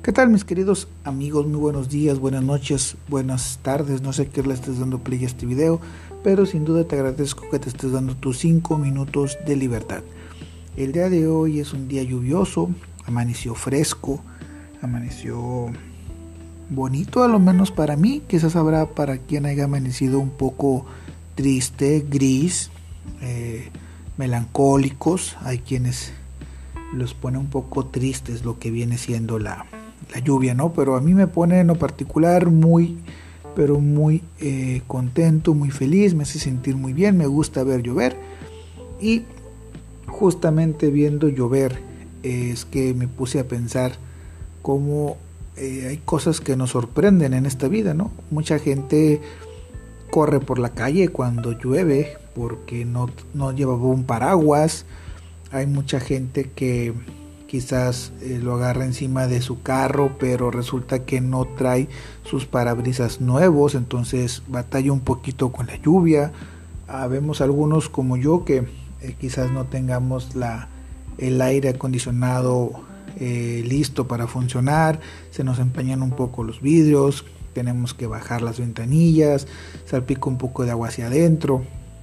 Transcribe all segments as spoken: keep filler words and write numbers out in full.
¿Qué tal, mis queridos amigos? Muy buenos días, buenas noches, buenas tardes. No sé qué le estés dando play a este video, pero sin duda te agradezco que te estés dando tus cinco minutos de libertad. El día de hoy es un día lluvioso, amaneció fresco, amaneció bonito, a lo menos para mí. Quizás habrá para quien haya amanecido un poco triste, gris, eh, melancólicos. Hay quienes los pone un poco tristes lo que viene siendo la, la lluvia, ¿no? Pero a mí me pone en lo particular muy, pero muy eh, contento, muy feliz, me hace sentir muy bien, me gusta ver llover. Y justamente viendo llover eh, es que me puse a pensar cómo eh, hay cosas que nos sorprenden en esta vida, ¿no? Mucha gente corre por la calle cuando llueve porque no, no llevaba un paraguas. Hay mucha gente que quizás eh, lo agarra encima de su carro, pero resulta que no trae sus parabrisas nuevos, entonces batalla un poquito con la lluvia. Ah, vemos algunos como yo que eh, quizás no tengamos la, el aire acondicionado eh, listo para funcionar, se nos empañan un poco los vidrios, tenemos que bajar las ventanillas, salpica un poco de agua hacia adentro,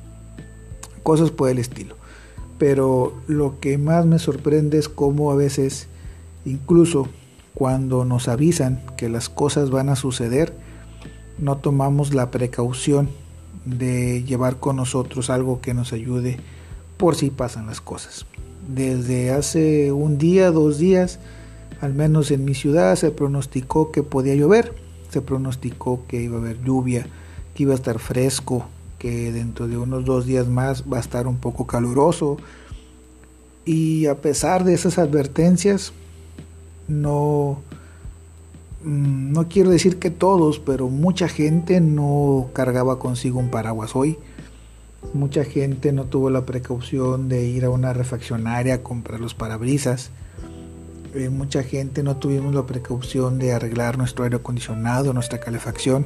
cosas por el estilo. Pero lo que más me sorprende es cómo a veces, incluso cuando nos avisan que las cosas van a suceder, no tomamos la precaución de llevar con nosotros algo que nos ayude por si pasan las cosas. Desde hace un día, dos días, al menos en mi ciudad se pronosticó que podía llover, se pronosticó que iba a haber lluvia, que iba a estar fresco, que dentro de unos dos días más va a estar un poco caluroso. Y a pesar de esas advertencias, no, no quiero decir que todos, pero mucha gente no cargaba consigo un paraguas hoy. Mucha gente no tuvo la precaución de ir a una refaccionaria a comprar los parabrisas. Eh, mucha gente no tuvimos la precaución de arreglar nuestro aire acondicionado, nuestra calefacción.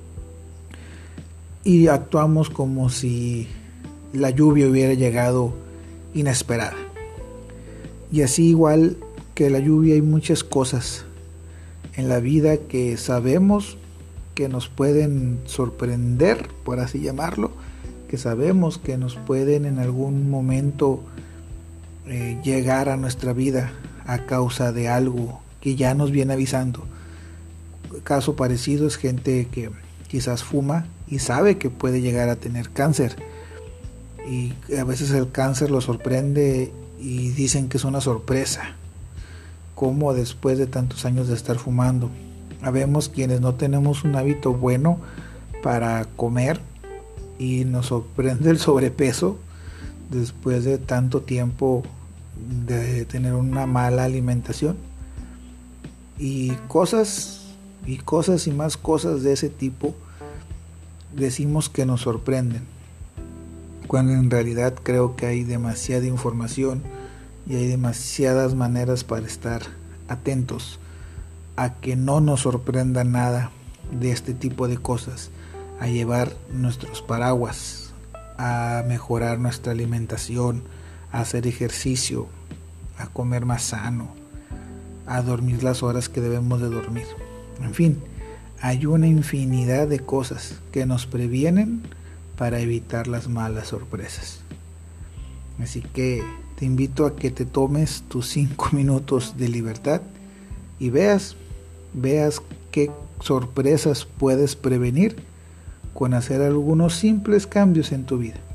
Y actuamos como si la lluvia hubiera llegado inesperada. Y así, igual que la lluvia, hay muchas cosas en la vida que sabemos que nos pueden sorprender, por así llamarlo, que sabemos que nos pueden en algún momento eh, llegar a nuestra vida a causa de algo que ya nos viene avisando. Caso parecido es gente que quizás fuma y sabe que puede llegar a tener cáncer, y a veces el cáncer lo sorprende y dicen que es una sorpresa, como después de tantos años de estar fumando. Habemos quienes no tenemos un hábito bueno para comer y nos sorprende el sobrepeso después de tanto tiempo de tener una mala alimentación, y cosas y cosas y más cosas de ese tipo decimos que nos sorprenden, cuando en realidad creo que hay demasiada información y hay demasiadas maneras para estar atentos a que no nos sorprenda nada de este tipo de cosas, a llevar nuestros paraguas, a mejorar nuestra alimentación, a hacer ejercicio, a comer más sano, a dormir las horas que debemos de dormir. En fin, hay una infinidad de cosas que nos previenen para evitar las malas sorpresas. Así que te invito a que te tomes tus cinco minutos de libertad y veas, veas qué sorpresas puedes prevenir con hacer algunos simples cambios en tu vida.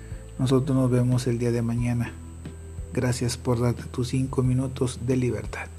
Nosotros nos vemos el día de mañana. Gracias por darte tus cinco minutos de libertad.